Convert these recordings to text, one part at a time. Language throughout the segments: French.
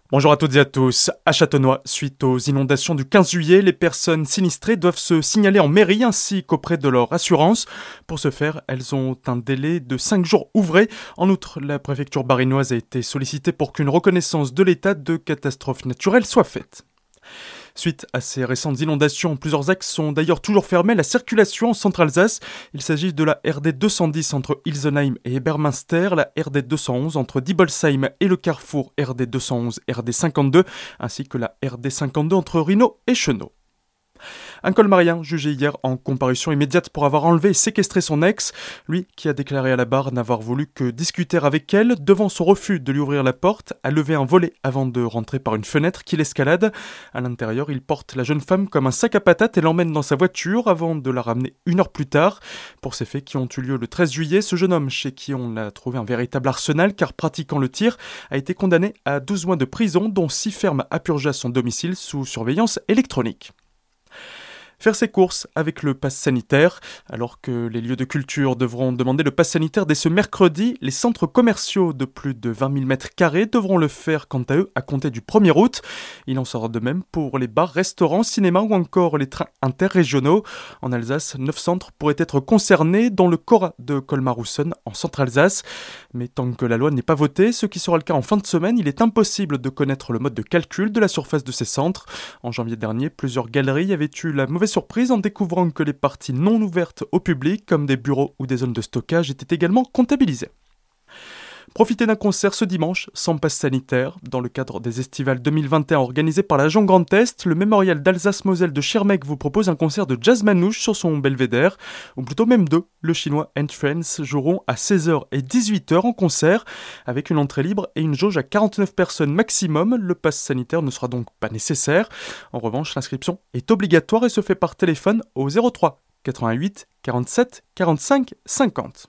Bonjour à toutes et à tous. À Châtenois, suite aux inondations du 15 juillet, les personnes sinistrées doivent se signaler en mairie ainsi qu'auprès de leur assurance. Pour ce faire, elles ont un délai de 5 jours ouvrés. En outre, la préfecture barinoise a été sollicitée pour qu'une reconnaissance de l'état de catastrophe naturelle soit faite. Suite à ces récentes inondations, plusieurs axes sont d'ailleurs toujours fermés à la circulation en Centre-Alsace. Il s'agit de la RD 210 entre Ilsenheim et Ebermünster, la RD 211 entre Dibolsheim et le carrefour RD 211 RD 52, ainsi que la RD 52 entre Rhino et Chenot. Un colmarien jugé hier en comparution immédiate pour avoir enlevé et séquestré son ex, lui qui a déclaré à la barre n'avoir voulu que discuter avec elle, devant son refus de lui ouvrir la porte, a levé un volet avant de rentrer par une fenêtre qu'il escalade. À l'intérieur, il porte la jeune femme comme un sac à patates et l'emmène dans sa voiture avant de la ramener 1 heure plus tard. Pour ces faits qui ont eu lieu le 13 juillet, ce jeune homme, chez qui on a trouvé un véritable arsenal car pratiquant le tir, a été condamné à 12 mois de prison, dont 6 fermes à purger à son domicile sous surveillance électronique. Faire ses courses avec le pass sanitaire. Alors que les lieux de culture devront demander le pass sanitaire dès ce mercredi, les centres commerciaux de plus de 20 000 m² devront le faire quant à eux à compter du 1er août. Il en sera de même pour les bars, restaurants, cinémas ou encore les trains interrégionaux. En Alsace, 9 centres pourraient être concernés, dont le Cora de Colmar-Hausen en Centre-Alsace. Mais tant que la loi n'est pas votée, ce qui sera le cas en fin de semaine, il est impossible de connaître le mode de calcul de la surface de ces centres. En janvier dernier, plusieurs galeries avaient eu la mauvaise surprise en découvrant que les parties non ouvertes au public, comme des bureaux ou des zones de stockage, étaient également comptabilisées. Profitez d'un concert ce dimanche, sans passe sanitaire. Dans le cadre des Estivales 2021 organisées par la région Grand Est, le Mémorial d'Alsace-Moselle de Schirmeck vous propose un concert de jazz manouche sur son belvédère, ou plutôt même deux. Le chinois and Friends joueront à 16h et 18h en concert, avec une entrée libre et une jauge à 49 personnes maximum. Le passe sanitaire ne sera donc pas nécessaire. En revanche, l'inscription est obligatoire et se fait par téléphone au 03 88 47 45 50.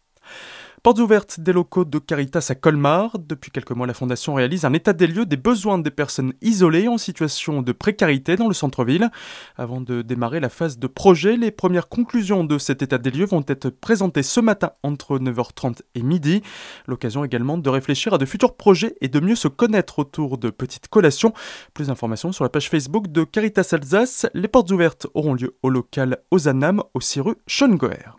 Portes ouvertes des locaux de Caritas à Colmar. Depuis quelques mois, la Fondation réalise un état des lieux des besoins des personnes isolées en situation de précarité dans le centre-ville. Avant de démarrer la phase de projet, les premières conclusions de cet état des lieux vont être présentées ce matin entre 9h30 et midi. L'occasion également de réfléchir à de futurs projets et de mieux se connaître autour de petites collations. Plus d'informations sur la page Facebook de Caritas Alsace. Les portes ouvertes auront lieu au local Ozanam, au 6 rue Schöngoer.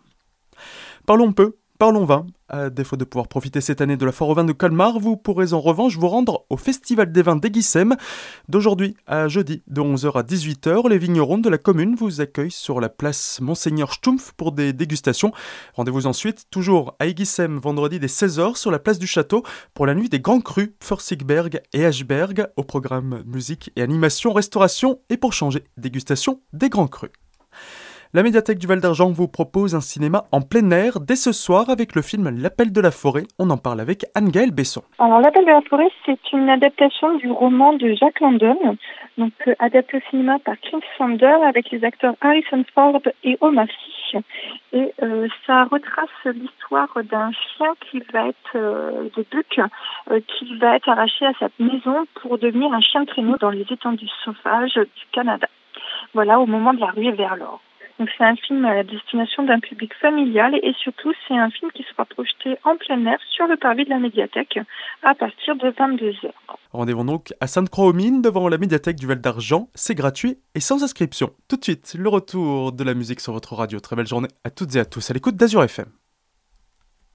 Parlons peu. Parlons vin. À défaut de pouvoir profiter cette année de la foire au vin de Colmar, vous pourrez en revanche vous rendre au Festival des vins d'Eguissem. D'aujourd'hui à jeudi, de 11h à 18h, les vignerons de la commune vous accueillent sur la place Monseigneur Stumpf pour des dégustations. Rendez-vous ensuite, toujours à Eguissem, vendredi dès 16h, sur la place du château, pour la nuit des grands crus, Forsigberg et Ashberg, au programme musique et animation, restauration et pour changer, dégustation des grands crus. La médiathèque du Val d'Argent vous propose un cinéma en plein air dès ce soir avec le film L'Appel de la forêt. On en parle avec Anne-Gaëlle Besson. Alors L'Appel de la forêt, c'est une adaptation du roman de Jack London, donc adapté au cinéma par Chris Sander avec les acteurs Harrison Ford et Omar Sy. Et ça retrace l'histoire d'un chien qui va être de Buck, qui va être arraché à sa maison pour devenir un chien de traîneau dans les étendues sauvages du Canada. Voilà, au moment de la ruée vers l'or. Donc c'est un film à la destination d'un public familial et surtout c'est un film qui sera projeté en plein air sur le parvis de la médiathèque à partir de 22h. Rendez-vous donc à Sainte-Croix-aux-Mines devant la médiathèque du Val d'Argent. C'est gratuit et sans inscription. Tout de suite, le retour de la musique sur votre radio. Très belle journée à toutes et à tous à l'écoute d'Azur FM.